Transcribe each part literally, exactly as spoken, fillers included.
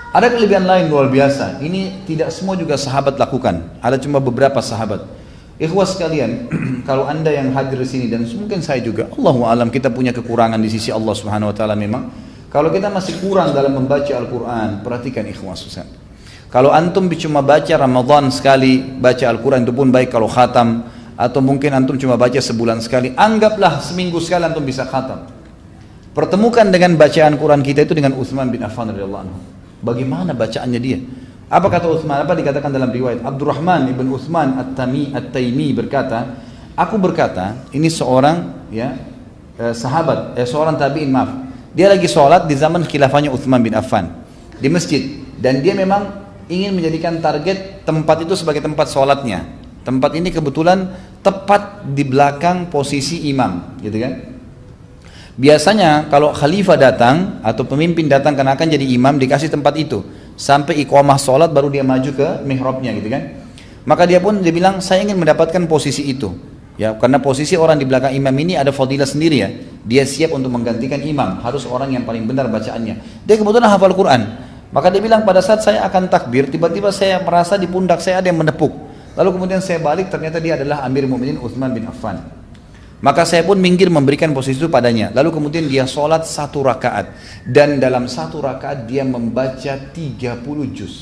Ada kelebihan lain luar biasa. Ini tidak semua juga sahabat lakukan. Ada cuma beberapa sahabat. Ikhwah sekalian, kalau anda yang hadir di sini dan mungkin saya juga, Allahu a'lam, kita punya kekurangan di sisi Allah Subhanahu Wa Taala memang. Kalau kita masih kurang dalam membaca Al-Quran, perhatikan ikhwah susah. Kalau antum cuma baca Ramadan sekali, baca Al-Quran itu pun baik kalau khatam, atau mungkin antum cuma baca sebulan sekali, anggaplah seminggu sekali antum bisa khatam. Pertemukan dengan bacaan Quran kita itu dengan Utsman bin Affan radhiyallahu anhu. Bagaimana bacaannya dia? Apa kata Utsman? Apa dikatakan dalam riwayat? Abdurrahman ibn Utsman At-Tami At-Taimi berkata, aku berkata, ini seorang ya eh, sahabat, eh, seorang tabi'in maaf. Dia lagi sholat di zaman khilafahnya Utsman bin Affan di masjid, dan dia memang ingin menjadikan target tempat itu sebagai tempat sholatnya. Tempat ini kebetulan tepat di belakang posisi imam, gitu kan? Biasanya kalau khalifah datang atau pemimpin datang karena akan jadi imam, dikasih tempat itu sampai iqamah sholat baru dia maju ke mihrabnya, gitu kan? Maka dia pun dia bilang, saya ingin mendapatkan posisi itu, ya, karena posisi orang di belakang imam ini ada fadilah sendiri ya. Dia siap untuk menggantikan imam, harus orang yang paling benar bacaannya. Dia kebetulan hafal Quran. Maka dia bilang, pada saat saya akan takbir, tiba-tiba saya merasa di pundak saya ada yang menepuk. Lalu kemudian saya balik, ternyata dia adalah Amir Mu'minin Utsman bin Affan. Maka saya pun minggir memberikan posisi itu padanya. Lalu kemudian dia sholat satu rakaat, dan dalam satu rakaat dia membaca tiga puluh juz.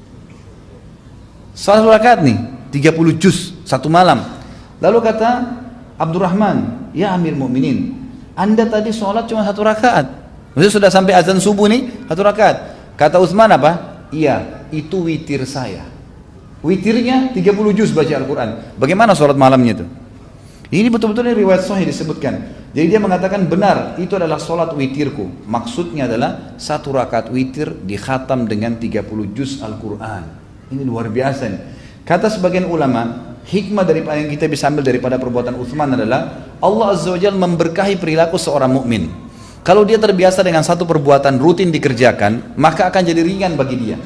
Satu rakaat nih, tiga puluh juz satu malam. Lalu kata Abdurrahman, ya Amir Mu'minin, anda tadi sholat cuma satu rakaat. Maksudnya sudah sampai azan subuh nih, satu rakaat. Kata Utsman apa? Iya, itu witir saya. Witirnya tiga puluh juz baca Al-Quran. Bagaimana sholat malamnya itu? Ini betul-betul riwayat sahih disebutkan. Jadi dia mengatakan benar, itu adalah sholat witirku. Maksudnya adalah satu rakaat witir dikhatam dengan tiga puluh juz Al-Quran. Ini luar biasa nih. Kata sebagian ulama, hikmah daripada yang kita bisa ambil daripada perbuatan Utsman adalah Allah Azza wa Jalla memberkahi perilaku seorang mukmin. Kalau dia terbiasa dengan satu perbuatan rutin dikerjakan, maka akan jadi ringan bagi dia.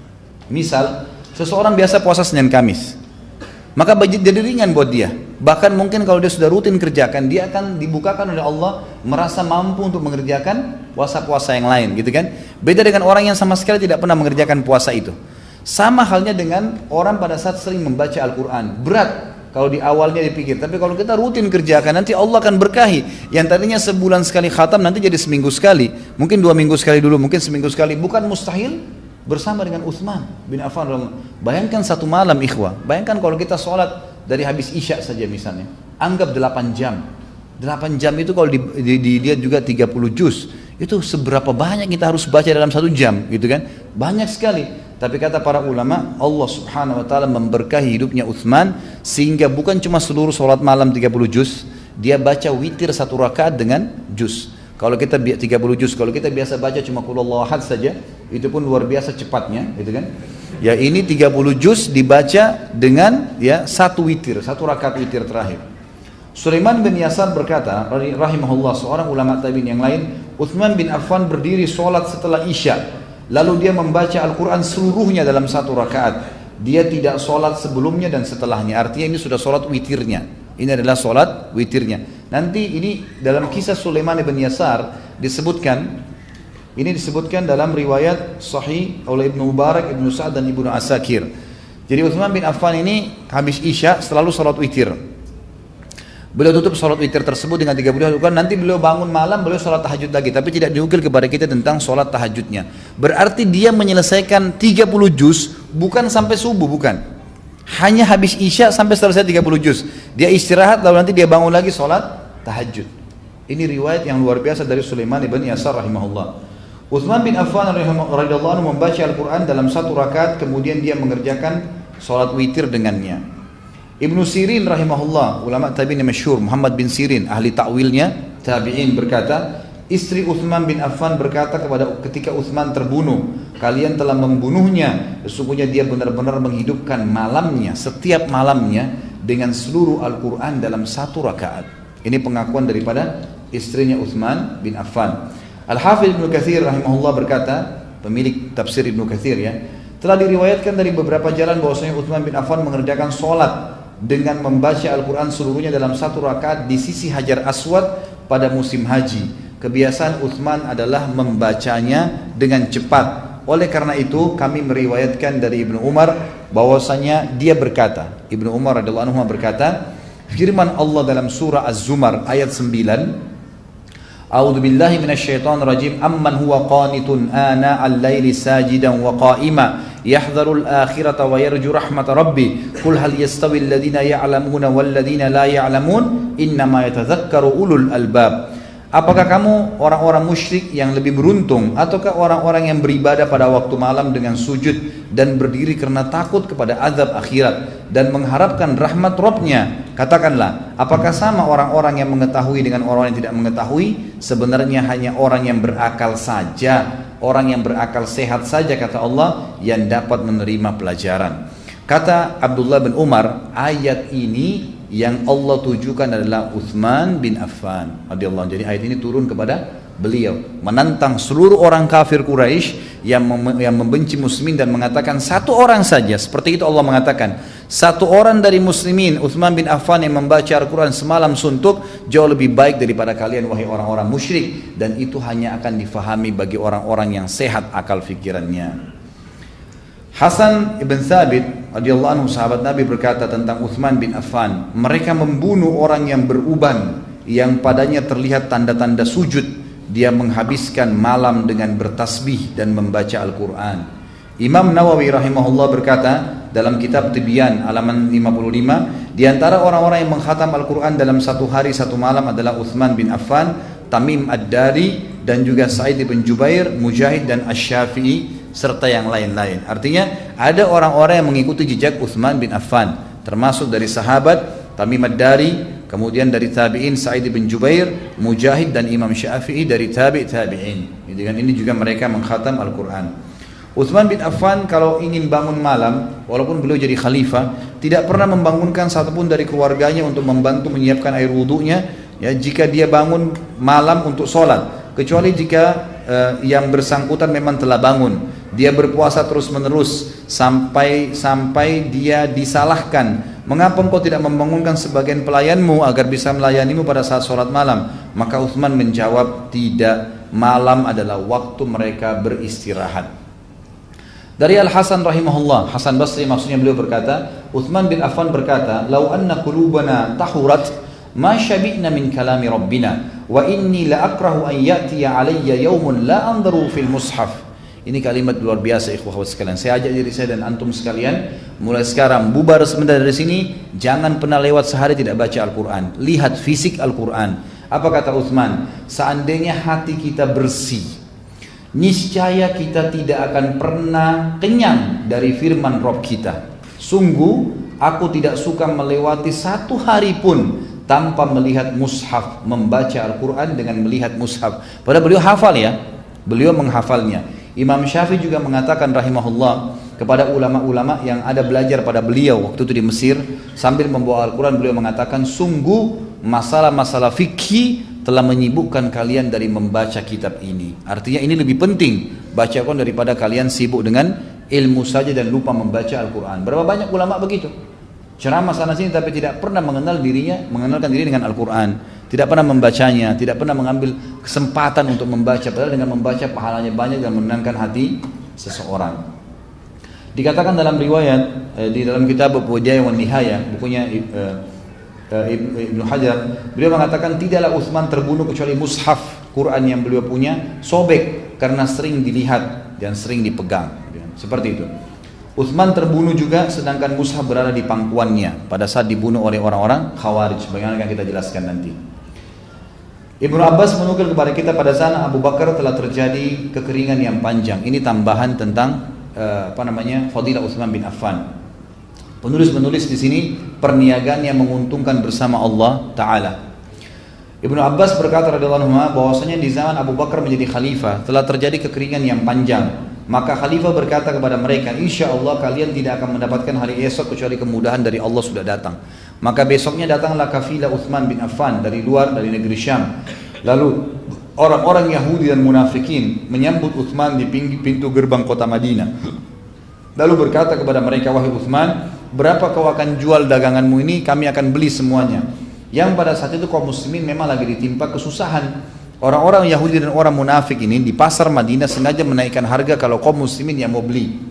Misal, seseorang biasa puasa Senin Kamis, maka jadi ringan buat dia. Bahkan mungkin kalau dia sudah rutin kerjakan, dia akan dibukakan oleh Allah merasa mampu untuk mengerjakan puasa-puasa yang lain, gitu kan? Beda dengan orang yang sama sekali tidak pernah mengerjakan puasa itu. Sama halnya dengan orang pada saat sering membaca Al-Quran. Berat kalau di awalnya dipikir, tapi kalau kita rutin kerjakan, nanti Allah akan berkahi. Yang tadinya sebulan sekali khatam, nanti jadi seminggu sekali. Mungkin dua minggu sekali dulu, mungkin seminggu sekali. Bukan mustahil bersama dengan Utsman bin Affan. Bayangkan satu malam ikhwah. Bayangkan kalau kita sholat dari habis isya saja misalnya, anggap delapan jam. delapan jam itu kalau dilihat juga tiga puluh juz, itu seberapa banyak kita harus baca dalam satu jam, gitu kan? Banyak sekali. Tapi kata para ulama, Allah Subhanahu wa taala memberkahi hidupnya Utsman sehingga bukan cuma seluruh sholat malam tiga puluh juz, dia baca witir satu rakaat dengan juz. Kalau kita tiga puluh juz, kalau kita biasa baca cuma qul huwallahu ahad saja, itu pun luar biasa cepatnya, gitu kan? Ya, ini tiga puluh juz dibaca dengan ya satu witir, satu rakaat witir terakhir. Sulaiman bin Yasar berkata, rahimahullah, seorang ulama tabi'in yang lain, Utsman bin Affan berdiri sholat setelah isya, lalu dia membaca Al-Quran seluruhnya dalam satu rakaat. Dia tidak sholat sebelumnya dan setelahnya. Artinya ini sudah sholat witirnya. Ini adalah sholat witirnya. Nanti ini dalam kisah Sulaiman bin Yasar disebutkan, ini disebutkan dalam riwayat sahih oleh Ibnu Mubarak, Ibnu Sa'ad dan Ibnu Asakir. Jadi Utsman bin Affan ini habis isya selalu sholat witir. Beliau tutup sholat witir tersebut dengan tiga puluh rakaat. Nanti beliau bangun malam, beliau sholat tahajud lagi. Tapi tidak diukil kepada kita tentang sholat tahajudnya. Berarti dia menyelesaikan tiga puluh juz bukan sampai subuh, bukan. Hanya habis isya sampai selesai tiga puluh juz. Dia istirahat lalu nanti dia bangun lagi sholat tahajud. Ini riwayat yang luar biasa dari Sulaiman bin Yasar rahimahullah. Utsman bin Affan radhiyallahu anhu membaca Al-Quran dalam satu rakaat, kemudian dia mengerjakan sholat witir dengannya. Ibnu Sirin rahimahullah, ulama tabi'in yang masyhur, Muhammad bin Sirin, ahli takwilnya tabi'in, berkata, istri Utsman bin Affan berkata kepada ketika Utsman terbunuh, kalian telah membunuhnya, sesungguhnya dia benar-benar menghidupkan malamnya, setiap malamnya dengan seluruh Al-Quran dalam satu rakaat. Ini pengakuan daripada istrinya Utsman bin Affan. Al-Hafidz Ibnu Katsir rahimahullah berkata, pemilik tafsir Ibnu Katsir ya, telah diriwayatkan dari beberapa jalan bahwasanya Utsman bin Affan mengerjakan sholat dengan membaca Al-Quran seluruhnya dalam satu rakaat di sisi Hajar Aswad pada musim haji. Kebiasaan Utsman adalah membacanya dengan cepat Oleh karena itu kami meriwayatkan dari Ibnu Umar bahwasanya dia berkata, Ibnu Umar radhiyallahu anhu berkata, firman Allah dalam surah Az-Zumar ayat sembilan, A'udzu billahi minasyaitonir rajim, amman huwa qanitun ana al-laili sajidan wa qa'ima yahdharul akhirata wa yarju rahmata rabbi qul hal yastawi alladhina ya'lamuna wal ladhina la ya'lamun innama yatadhakkaru ulul albab. Apakah kamu orang-orang musyrik yang lebih beruntung ataukah orang-orang yang beribadah pada waktu malam dengan sujud dan berdiri karena takut kepada azab akhirat dan mengharapkan rahmat Rabb-Nya? Katakanlah, apakah sama orang-orang yang mengetahui dengan orang yang tidak mengetahui? Sebenarnya hanya orang yang berakal saja, orang yang berakal sehat saja, kata Allah, yang dapat menerima pelajaran. Kata Abdullah bin Umar, ayat ini yang Allah tujukan adalah Utsman bin Affan radhiyallahu anhu. Jadi ayat ini turun kepada beliau, menantang seluruh orang kafir Quraisy yang mem yang membenci muslimin dan mengatakan satu orang saja, seperti itu Allah mengatakan, satu orang dari muslimin, Utsman bin Affan, yang membaca Al-Quran semalam suntuk jauh lebih baik daripada kalian wahai orang-orang musyrik, dan itu hanya akan difahami bagi orang-orang yang sehat akal fikirannya. Hasan ibn Thabit radhiyallahu anhu, sahabat Nabi, berkata tentang Utsman bin Affan, mereka membunuh orang yang beruban yang padanya terlihat tanda-tanda sujud. Dia menghabiskan malam dengan bertasbih dan membaca Al-Quran. Imam Nawawi rahimahullah berkata dalam kitab Tibyan halaman lima puluh lima, di antara orang-orang yang mengkhatam Al-Quran dalam satu hari satu malam adalah Utsman bin Affan, Tamim ad-Dari, dan juga Sa'id bin Jubair, Mujahid dan Asy-Syafi'i, serta yang lain-lain. Artinya ada orang-orang yang mengikuti jejak Utsman bin Affan, termasuk dari sahabat Tamim ad-Dari, kemudian dari tabi'in Sa'id bin Jubair, Mujahid dan Imam Syafi'i dari tabi' tabi'in. Dengan ini juga mereka mengkhatam Al-Quran. Utsman bin Affan kalau ingin bangun malam, walaupun beliau jadi khalifah, tidak pernah membangunkan satupun dari keluarganya untuk membantu menyiapkan air wudhunya, ya, jika dia bangun malam untuk sholat, kecuali jika uh, yang bersangkutan memang telah bangun. Dia berpuasa terus menerus sampai sampai dia disalahkan, mengapa engkau tidak membangunkan sebagian pelayanmu agar bisa melayanimu pada saat sholat malam? Maka Utsman menjawab, tidak, malam adalah waktu mereka beristirahat. Dari Al-Hasan rahimahullah, Hasan Basri maksudnya, beliau berkata, Utsman bin Affan berkata, "Lau anna qulubana tahurat ma syabi'na min kalami rabbina wa inni la akrahu an ya'tiya alayya yawmun la anzaru fil mushaf." Ini kalimat luar biasa ikhwah sekalian. Saya ajak diri saya dan antum sekalian, mulai sekarang bubar sebentar dari sini, jangan pernah lewat sehari tidak baca Al-Quran. Lihat fisik Al-Quran. Apa kata Utsman? Seandainya hati kita bersih, niscaya kita tidak akan pernah kenyang dari firman Rabb kita. Sungguh aku tidak suka melewati satu hari pun tanpa melihat mushaf, membaca Al-Quran dengan melihat mushaf. Padahal beliau hafal, ya, beliau menghafalnya. Imam Syafi'i juga mengatakan rahimahullah kepada ulama-ulama yang ada belajar pada beliau waktu itu di Mesir, sambil membawa Al-Quran, beliau mengatakan, sungguh masalah-masalah fikih telah menyibukkan kalian dari membaca kitab ini. Artinya ini lebih penting baca Al-Quran daripada kalian sibuk dengan ilmu saja dan lupa membaca Al-Quran. Berapa banyak ulama begitu, ceramah sana sini tapi tidak pernah mengenal dirinya, mengenalkan diri dengan Al-Quran, tidak pernah membacanya, tidak pernah mengambil kesempatan untuk membaca, padahal dengan membaca pahalanya banyak dan menenangkan hati seseorang. Dikatakan dalam riwayat eh, di dalam kitab Bidayah wan Nihayah, bukunya eh, Ibnu Hajar, beliau mengatakan tidaklah Utsman terbunuh kecuali mushaf Quran yang beliau punya sobek karena sering dilihat dan sering dipegang, seperti itu. Utsman terbunuh juga sedangkan mushaf berada di pangkuannya pada saat dibunuh oleh orang-orang Khawarij, bagaimana akan kita jelaskan nanti. Ibnu Abbas menukil kepada kita pada sana Abu Bakar telah terjadi kekeringan yang panjang. Ini tambahan tentang uh, apa namanya fadilah Utsman bin Affan. Penulis-penulis di sini perniagaan yang menguntungkan bersama Allah Ta'ala. Ibnu Abbas berkata radhiyallahu anhu bahwasanya di zaman Abu Bakar menjadi khalifah telah terjadi kekeringan yang panjang. Maka khalifah berkata kepada mereka, insya Allah kalian tidak akan mendapatkan hari esok kecuali kemudahan dari Allah sudah datang. Maka besoknya datanglah kafilah Utsman bin Affan dari luar, dari negeri Syam. Lalu orang-orang Yahudi dan munafikin menyambut Utsman di pintu gerbang kota Madinah. Lalu berkata kepada mereka, wahai Utsman, berapa kau akan jual daganganmu ini? Kami akan beli semuanya. Yang pada saat itu kaum muslimin memang lagi ditimpa kesusahan. Orang-orang Yahudi dan orang munafik ini di pasar Madinah sengaja menaikkan harga kalau kaum muslimin yang mau beli.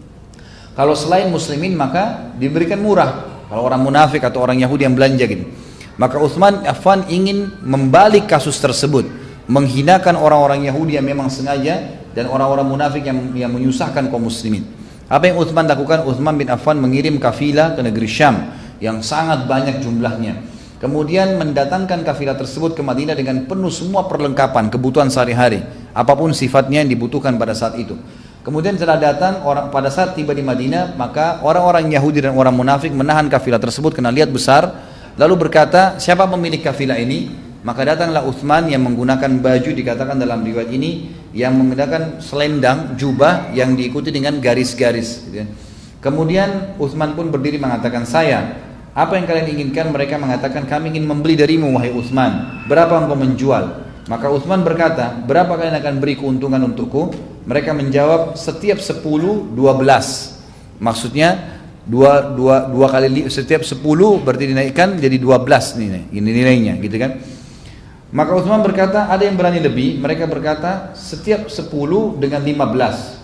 Kalau selain muslimin maka diberikan murah. Kalau orang munafik atau orang Yahudi yang belanja gitu. Maka Utsman bin Affan ingin membalik kasus tersebut, menghinakan orang-orang Yahudi yang memang sengaja dan orang-orang munafik yang, yang menyusahkan kaum muslimin. Apa yang Utsman lakukan? Utsman bin Affan mengirim kafilah ke negeri Syam yang sangat banyak jumlahnya. Kemudian mendatangkan kafilah tersebut ke Madinah dengan penuh semua perlengkapan kebutuhan sehari-hari, apapun sifatnya yang dibutuhkan pada saat itu. Kemudian setelah datang orang pada saat tiba di Madinah, maka orang-orang Yahudi dan orang munafik menahan kafilah tersebut karena lihat besar, lalu berkata, siapa pemilik kafilah ini? Maka datanglah Utsman yang menggunakan baju, dikatakan dalam riwayat ini, yang menggunakan selendang, jubah yang diikuti dengan garis-garis. Kemudian Utsman pun berdiri mengatakan, saya, apa yang kalian inginkan? Mereka mengatakan, kami ingin membeli darimu wahai Utsman, berapa engkau menjual? Maka Utsman berkata, berapa kalian akan beri keuntungan untukku? Mereka menjawab, setiap sepuluh, dua belas. Maksudnya dua, dua, dua kali, setiap sepuluh berarti dinaikkan jadi dua belas nilai, ini nilainya gitu kan. Maka Utsman berkata, ada yang berani lebih? Mereka berkata, setiap sepuluh dengan lima belas.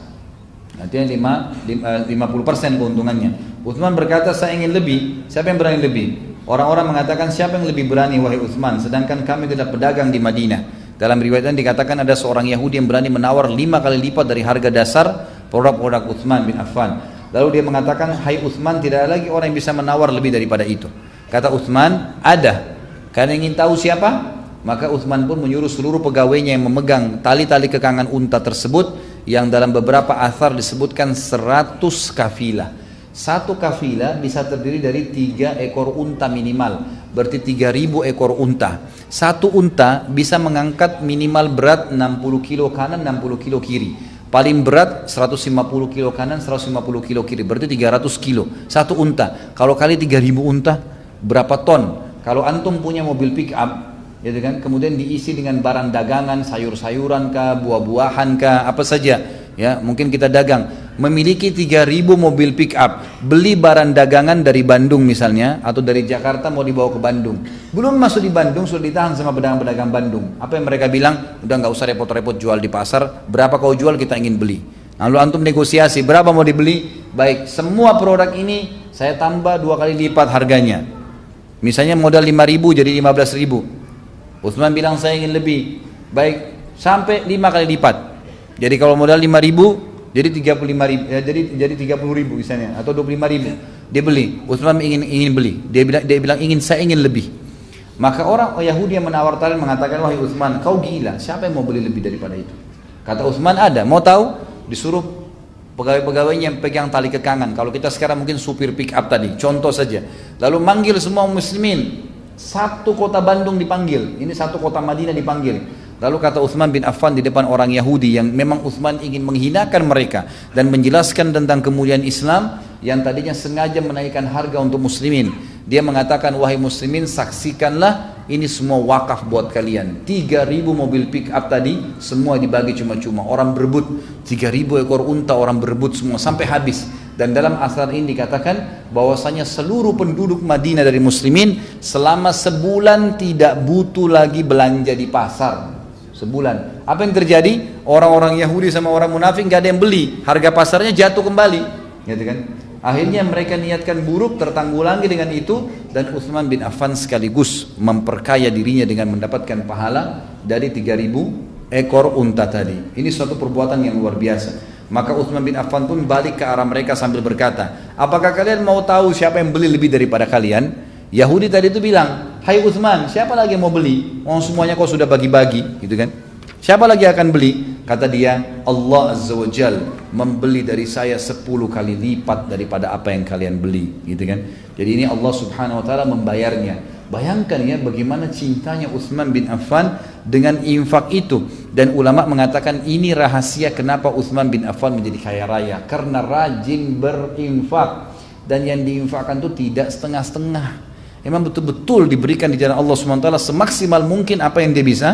Artinya lima puluh persen keuntungannya. Utsman berkata, saya ingin lebih. Siapa yang berani lebih? Orang-orang mengatakan, siapa yang lebih berani wahai Utsman? Sedangkan kami tidak pedagang di Madinah. Dalam riwayat ini dikatakan ada seorang Yahudi yang berani menawar lima kali lipat dari harga dasar produk-produk Utsman bin Affan. Lalu dia mengatakan, hai Utsman, tidak ada lagi orang yang bisa menawar lebih daripada itu. Kata Utsman, ada. Kalian ingin tahu siapa? Maka Utsman pun menyuruh seluruh pegawainya yang memegang tali-tali kekangan unta tersebut, yang dalam beberapa athar disebutkan seratus kafilah. Satu kafilah bisa terdiri dari tiga ekor unta minimal, berarti tiga ribu ekor unta. Satu unta bisa mengangkat minimal berat enam puluh kilo kanan, enam puluh kilo kiri. Paling berat seratus lima puluh kilo kanan, seratus lima puluh kilo kiri, berarti tiga ratus kilo. Satu unta, kalau kali tiga ribu unta, berapa ton? Kalau antum punya mobil pick up, gitu kan, kemudian diisi dengan barang dagangan, sayur-sayuran kah, buah-buahan kah, apa saja, ya mungkin kita dagang, memiliki tiga ribu mobil pick up, beli barang dagangan dari Bandung misalnya, atau dari Jakarta mau dibawa ke Bandung, belum masuk di Bandung sudah ditahan sama pedagang-pedagang Bandung. Apa yang mereka bilang? Udah nggak usah repot-repot jual di pasar, berapa kau jual kita ingin beli. Lalu antum negosiasi, berapa mau dibeli? Baik, semua produk ini saya tambah dua kali lipat harganya, misalnya modal lima ribu jadi lima belas ribu. Utsman bilang saya ingin lebih, baik, sampai lima kali lipat. Jadi kalau modal lima ribu jadi tiga puluh lima ribu, ya, jadi jadi tiga puluh ribu misalnya, atau dua puluh lima ribu. Dia beli, Utsman ingin ingin beli. Dia bilang dia bilang ingin saya ingin lebih. Maka orang Yahudi yang menawar tali mengatakan, wahai Utsman, kau gila, siapa yang mau beli lebih daripada itu? Kata Utsman, ada. Mau tahu? Disuruh pegawai-pegawainya yang pegang tali kekangan. Kalau kita sekarang mungkin supir pick up tadi, contoh saja. Lalu manggil semua muslimin. Satu kota Bandung dipanggil, ini satu kota Madinah dipanggil. Lalu kata Utsman bin Affan di depan orang Yahudi yang memang Utsman ingin menghinakan mereka dan menjelaskan tentang kemuliaan Islam yang tadinya sengaja menaikkan harga untuk muslimin. Dia mengatakan, wahai muslimin, saksikanlah ini semua wakaf buat kalian. tiga ribu mobil pick up tadi semua dibagi cuma-cuma. Orang berebut, tiga ribu ekor unta orang berebut semua sampai habis. Dan dalam asar ini dikatakan bahwasanya seluruh penduduk Madinah dari muslimin selama sebulan tidak butuh lagi belanja di pasar. Sebulan. Apa yang terjadi? Orang-orang Yahudi sama orang munafik gak ada yang beli. Harga pasarnya jatuh kembali. Gitu kan? Akhirnya mereka niatkan buruk, tertanggulangi dengan itu, dan Utsman bin Affan sekaligus memperkaya dirinya dengan mendapatkan pahala dari tiga ribu ekor unta tadi. Ini suatu perbuatan yang luar biasa. Maka Utsman bin Affan pun balik ke arah mereka sambil berkata, apakah kalian mau tahu siapa yang beli lebih daripada kalian? Yahudi tadi itu bilang, hai Utsman, siapa lagi yang mau beli? Oh, semuanya kau sudah bagi-bagi, gitu kan? Siapa lagi akan beli? Kata dia, Allah Azza wa Jal membeli dari saya sepuluh kali lipat daripada apa yang kalian beli, gitu kan? Jadi ini Allah Subhanahu wa taala membayarnya. Bayangkan ya bagaimana cintanya Utsman bin Affan dengan infak itu. Dan ulama mengatakan ini rahasia kenapa Utsman bin Affan menjadi kaya raya, karena rajin berinfak. Dan yang diinfakkan itu tidak setengah-setengah, memang betul-betul diberikan di jalan Allah Subhanahu wa taala semaksimal mungkin apa yang dia bisa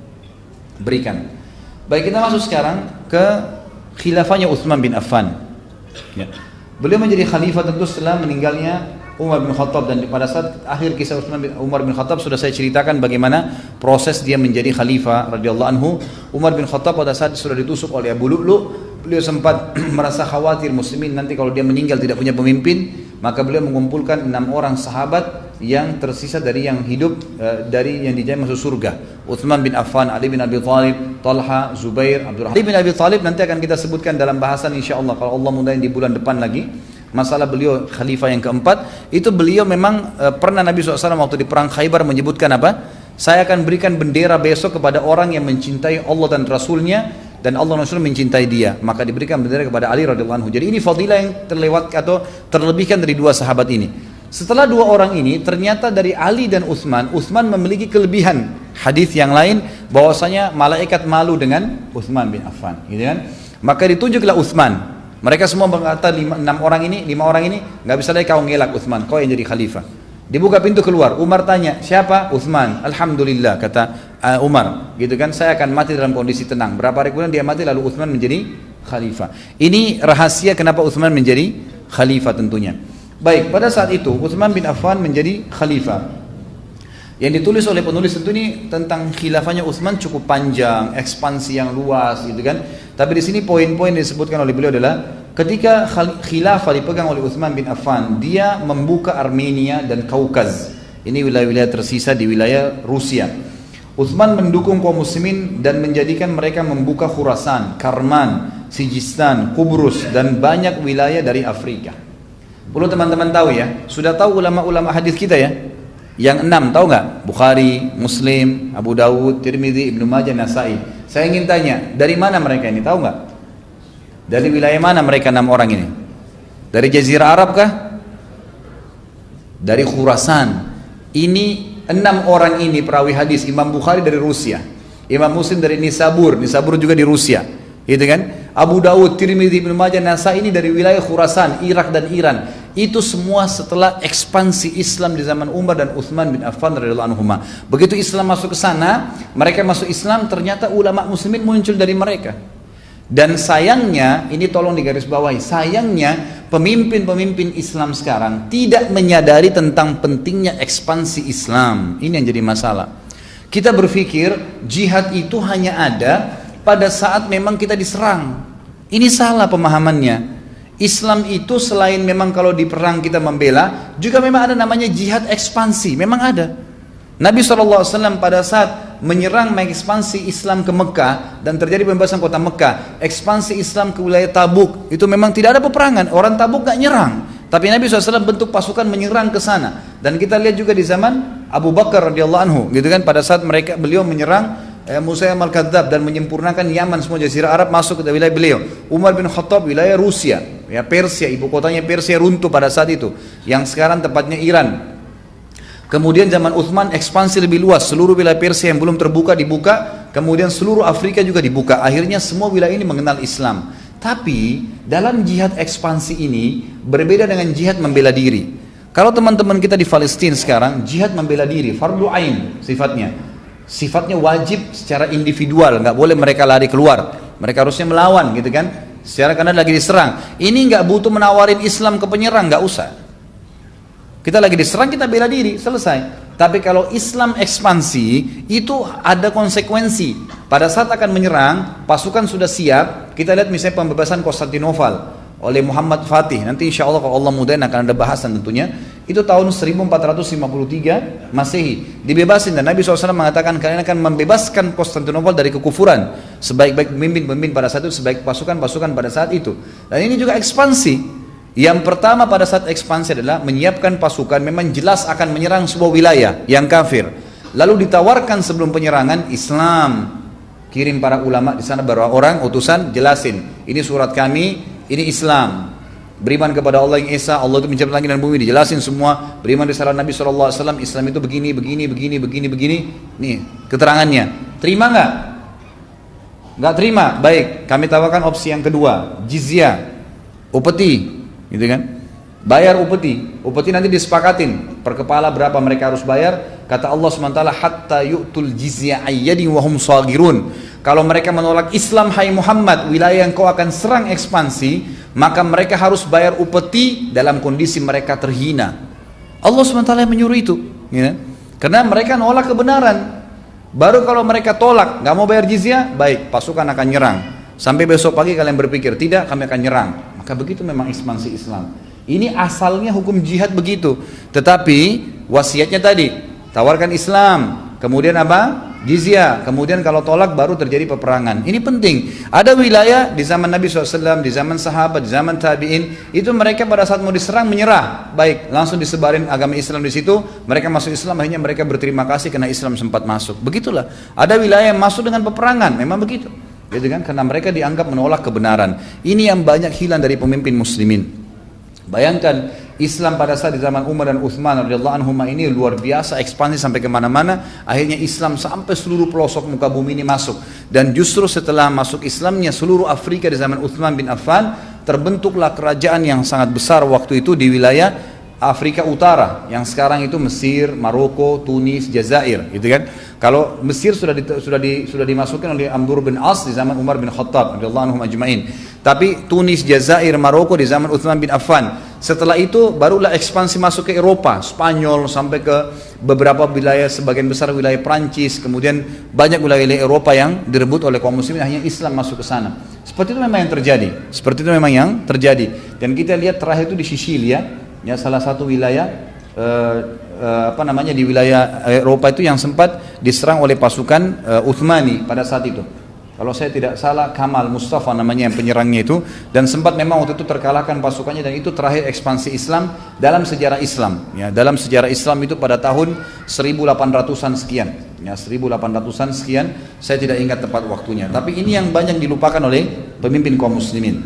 berikan. Baik, kita masuk sekarang ke khilafahnya Utsman bin Affan ya. Beliau menjadi khalifah tentu setelah meninggalnya Umar bin Khattab, dan pada saat akhir kisah Utsman bin Umar bin Khattab sudah saya ceritakan bagaimana proses dia menjadi khalifah radhiyallahu anhu. Umar bin Khattab pada saat sudah ditusuk oleh Abu Lu'lu', beliau sempat merasa khawatir muslimin nanti kalau dia meninggal tidak punya pemimpin, maka beliau mengumpulkan enam orang sahabat yang tersisa dari yang hidup uh, dari yang dijamin masuk surga. Utsman bin Affan, Ali bin Abi Thalib, Talha, Zubair, Abdurrahman. Ali bin Abi Thalib nanti akan kita sebutkan dalam bahasan insyaallah kalau Allah mudahin di bulan depan lagi. Masalah beliau khalifah yang keempat, itu beliau memang uh, pernah Nabi shallallahu alaihi wasallam waktu di perang Khaybar menyebutkan apa? Saya akan berikan bendera besok kepada orang yang mencintai Allah dan Rasulnya, dan Allah dan Rasul mencintai dia, maka diberikan bendera kepada Ali radhiyallahu anhu. Jadi ini fadilah yang terlewat atau terlebihkan dari dua sahabat ini. Setelah dua orang ini, ternyata dari Ali dan Utsman, Utsman memiliki kelebihan. Hadis yang lain bahwasanya malaikat malu dengan Utsman bin Affan, gitu kan? Maka ditunjuklah Utsman. Mereka semua berkata lima, enam orang ini, lima orang ini nggak bisa lagi kau ngelak Utsman, kau yang jadi khalifah. Dibuka pintu keluar, Umar tanya, siapa? Utsman. Alhamdulillah, kata uh, Umar, gitu kan, saya akan mati dalam kondisi tenang. Berapa hari kemudian dia mati, lalu Utsman menjadi khalifah. Ini rahasia kenapa Utsman menjadi khalifah tentunya. Baik, pada saat itu Utsman bin Affan menjadi khalifah. Yang ditulis oleh penulis tentu ini tentang khilafahnya Utsman cukup panjang, ekspansi yang luas, gitu kan. Tapi di sini poin-poin yang disebutkan oleh beliau adalah ketika khilafah dipegang oleh Utsman bin Affan, dia membuka Armenia dan Kaukaz. Ini wilayah-wilayah tersisa di wilayah Rusia. Utsman mendukung kaum muslimin dan menjadikan mereka membuka Khurasan, Karman, Sijistan, Kubrus, dan banyak wilayah dari Afrika. Perlu teman-teman tahu ya, sudah tahu ulama-ulama hadis kita ya? Yang enam tahu nggak? Bukhari, Muslim, Abu Dawud, Tirmidzi, Ibnu Majah, Nasai. Saya ingin tanya, dari mana mereka ini? Tahu nggak? Dari wilayah mana mereka enam orang ini? Dari Jazirah Arab kah? Dari Khurasan. Ini enam orang ini perawi hadis. Imam Bukhari dari Rusia, Imam Muslim dari Nisabur, Nisabur juga di Rusia, gitu kan? Abu Dawud, Tirmidzi, Ibnu Majah, Nasai ini dari wilayah Khurasan, Irak dan Iran. Itu semua setelah ekspansi Islam di zaman Umar dan Utsman bin Affan radhiyallahu anhuma. Begitu Islam masuk ke sana, mereka masuk Islam, ternyata ulama muslimin muncul dari mereka. Dan sayangnya, ini tolong digarisbawahi, sayangnya pemimpin-pemimpin Islam sekarang tidak menyadari tentang pentingnya ekspansi Islam. Ini yang jadi masalah. Kita berpikir jihad itu hanya ada pada saat memang kita diserang. Ini salah pemahamannya. Islam itu selain memang kalau di perang kita membela, juga memang ada namanya jihad ekspansi, memang ada. Nabi shallallahu alaihi wasallam pada saat menyerang mengekspansi Islam ke Mekah dan terjadi pembebasan kota Mekah, ekspansi Islam ke wilayah Tabuk, itu memang tidak ada peperangan, orang Tabuk gak nyerang, tapi Nabi shallallahu alaihi wasallam bentuk pasukan menyerang ke sana. Dan kita lihat juga di zaman Abu Bakar radhiyallahu anhu, gitu kan, pada saat mereka beliau menyerang Eh, Musayyam al-Kadzab dan menyempurnakan Yaman, semua Jazirah Arab masuk ke wilayah beliau. Umar bin Khattab wilayah Rusia, ya Persia, ibu kotanya Persia runtuh pada saat itu, yang sekarang tempatnya Iran. Kemudian zaman Utsman ekspansi lebih luas, seluruh wilayah Persia yang belum terbuka dibuka, kemudian seluruh Afrika juga dibuka. Akhirnya semua wilayah ini mengenal Islam. Tapi dalam jihad ekspansi ini berbeda dengan jihad membela diri. Kalau teman-teman kita di Palestina sekarang, jihad membela diri, fardu ain sifatnya. Sifatnya wajib secara individual, nggak boleh mereka lari keluar, mereka harusnya melawan, gitu kan, secara karena lagi diserang. Ini nggak butuh menawarin Islam ke penyerang, nggak usah. Kita lagi diserang, kita bela diri, selesai. Tapi kalau Islam ekspansi, itu ada konsekuensi. Pada saat akan menyerang, pasukan sudah siap. Kita lihat misalnya pembebasan Konstantinopel oleh Muhammad Fatih, nanti insya Allah kalau Allah mudahin akan ada bahasan tentunya. Itu tahun seribu empat ratus lima puluh tiga Masehi, dibebasin, dan Nabi shallallahu alaihi wasallam mengatakan kalian akan membebaskan Konstantinopel dari kekufuran. Sebaik-baik pemimpin-pemimpin pada saat itu, sebaik pasukan-pasukan pada saat itu. Dan ini juga ekspansi. Yang pertama pada saat ekspansi adalah menyiapkan pasukan, memang jelas akan menyerang sebuah wilayah yang kafir. Lalu ditawarkan sebelum penyerangan Islam, kirim para ulama di sana, beberapa orang utusan jelasin, ini surat kami, ini Islam. Beriman kepada Allah yang Esa, Allah itu menciptakan langit dan bumi, dijelasin semua. Beriman di saran Nabi shallallahu alaihi wasallam, Islam itu begini, begini, begini, begini, begini. Nih keterangannya. Terima nggak? Nggak terima. Baik, kami tawarkan opsi yang kedua, jizyah, upeti, gitu kan? Bayar upeti. Upeti nanti disepakatin per kepala berapa mereka harus bayar. Kata Allah subhanahu wa taala, hatta yu'tul jizyah ayyadin wa hum shagirun. Kalau mereka menolak Islam, hai Muhammad, wilayah yang kau akan serang ekspansi, maka mereka harus bayar upeti dalam kondisi mereka terhina. Allah subhanahu wa taala yang menyuruh itu, ya. Karena mereka nolak kebenaran. Baru kalau mereka tolak, nggak mau bayar jizyah, baik, pasukan akan nyerang. Sampai besok pagi kalian berpikir, tidak, kami akan nyerang. Maka begitu memang ekspansi Islam. Ini asalnya hukum jihad begitu. Tetapi wasiatnya tadi, tawarkan Islam, kemudian apa? Jizyah. Kemudian kalau tolak baru terjadi peperangan. Ini penting. Ada wilayah di zaman Nabi shallallahu alaihi wasallam, di zaman sahabat, di zaman tabi'in, itu mereka pada saat mau diserang menyerah. Baik, langsung disebarin agama Islam di situ. Mereka masuk Islam, akhirnya mereka berterima kasih karena Islam sempat masuk. Begitulah. Ada wilayah yang masuk dengan peperangan. Memang begitu. Gitu kan? Karena mereka dianggap menolak kebenaran. Ini yang banyak hilang dari pemimpin muslimin. Bayangkan Islam pada saat di zaman Umar dan Uthman radhiyallahu anhum ini luar biasa ekspansi sampai kemana-mana. Akhirnya Islam sampai seluruh pelosok muka bumi ini masuk. Dan justru setelah masuk Islamnya seluruh Afrika di zaman Uthman bin Affan, terbentuklah kerajaan yang sangat besar waktu itu di wilayah Afrika Utara, yang sekarang itu Mesir, Maroko, Tunis, Jazair, gitu kan? Kalau Mesir sudah di, sudah di, sudah dimasukkan oleh Amr bin As di zaman Umar bin Khattab radhiyallahu anhum ajma'in. Tapi Tunis, Jazair, Maroko di zaman Uthman bin Affan. Setelah itu barulah ekspansi masuk ke Eropa, Spanyol sampai ke beberapa wilayah, sebagian besar wilayah Prancis, kemudian banyak wilayah Eropa yang direbut oleh kaum muslimin, hanya Islam masuk ke sana. Seperti itu memang yang terjadi. Seperti itu memang yang terjadi. Dan kita lihat terakhir itu di Sicilia, ya, salah satu wilayah uh, uh, apa namanya di wilayah Eropa itu yang sempat diserang oleh pasukan uh, Uthmani pada saat itu. Kalau saya tidak salah Kamal Mustafa namanya yang penyerangnya itu, dan sempat memang waktu itu terkalahkan pasukannya, dan itu terakhir ekspansi Islam dalam sejarah Islam. Ya, dalam sejarah Islam itu pada tahun seribu delapan ratusan sekian. Ya, seribu delapan ratusan sekian, saya tidak ingat tepat waktunya. Tapi ini yang banyak dilupakan oleh pemimpin kaum muslimin.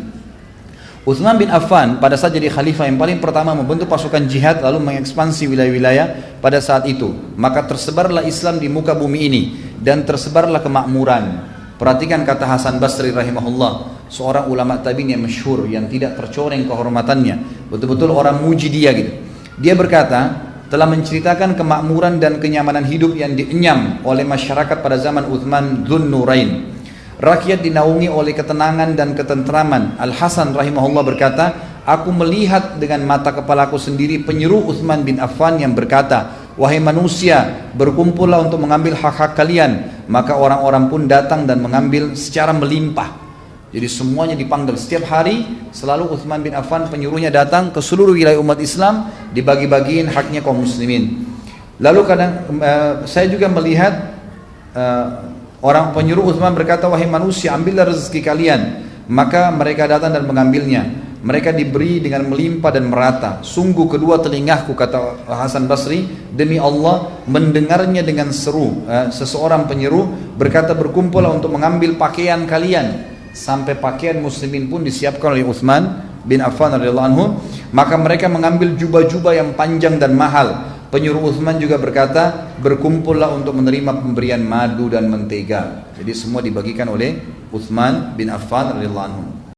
Uthman bin Affan pada saat jadi khalifah yang paling pertama membentuk pasukan jihad lalu mengekspansi wilayah-wilayah pada saat itu. Maka tersebarlah Islam di muka bumi ini dan tersebarlah kemakmuran. Perhatikan kata Hasan Basri rahimahullah, seorang ulama tabi'in yang masyhur yang tidak tercoreng kehormatannya. Betul-betul orang muji dia gitu. Dia berkata, telah menceritakan kemakmuran dan kenyamanan hidup yang dienyam oleh masyarakat pada zaman Uthman Dzun Nurain. Rakyat dinaungi oleh ketenangan dan ketentraman. Al-Hasan rahimahullah berkata, aku melihat dengan mata kepalaku sendiri penyeru Uthman bin Affan yang berkata, wahai manusia, berkumpullah untuk mengambil hak-hak kalian. Maka orang-orang pun datang dan mengambil secara melimpah. Jadi semuanya dipanggil. Setiap hari selalu Uthman bin Affan penyuruhnya datang ke seluruh wilayah umat Islam, dibagi-bagiin haknya kaum muslimin. Lalu kadang uh, saya juga melihat uh, orang penyuruh Uthman berkata, wahai manusia, ambillah rezeki kalian. Maka mereka datang dan mengambilnya. Mereka diberi dengan melimpah dan merata. Sungguh kedua telingaku, kata Hasan Basri, demi Allah mendengarnya dengan seru. Eh, seseorang penyeru berkata, berkumpullah untuk mengambil pakaian kalian. Sampai pakaian muslimin pun disiapkan oleh Uthman bin Affan radhiyallahu anhu. Maka mereka mengambil jubah-jubah yang panjang dan mahal. Penyuruh Uthman juga berkata, berkumpullah untuk menerima pemberian madu dan mentega. Jadi semua dibagikan oleh Uthman bin Affan radhiyallahu anhu.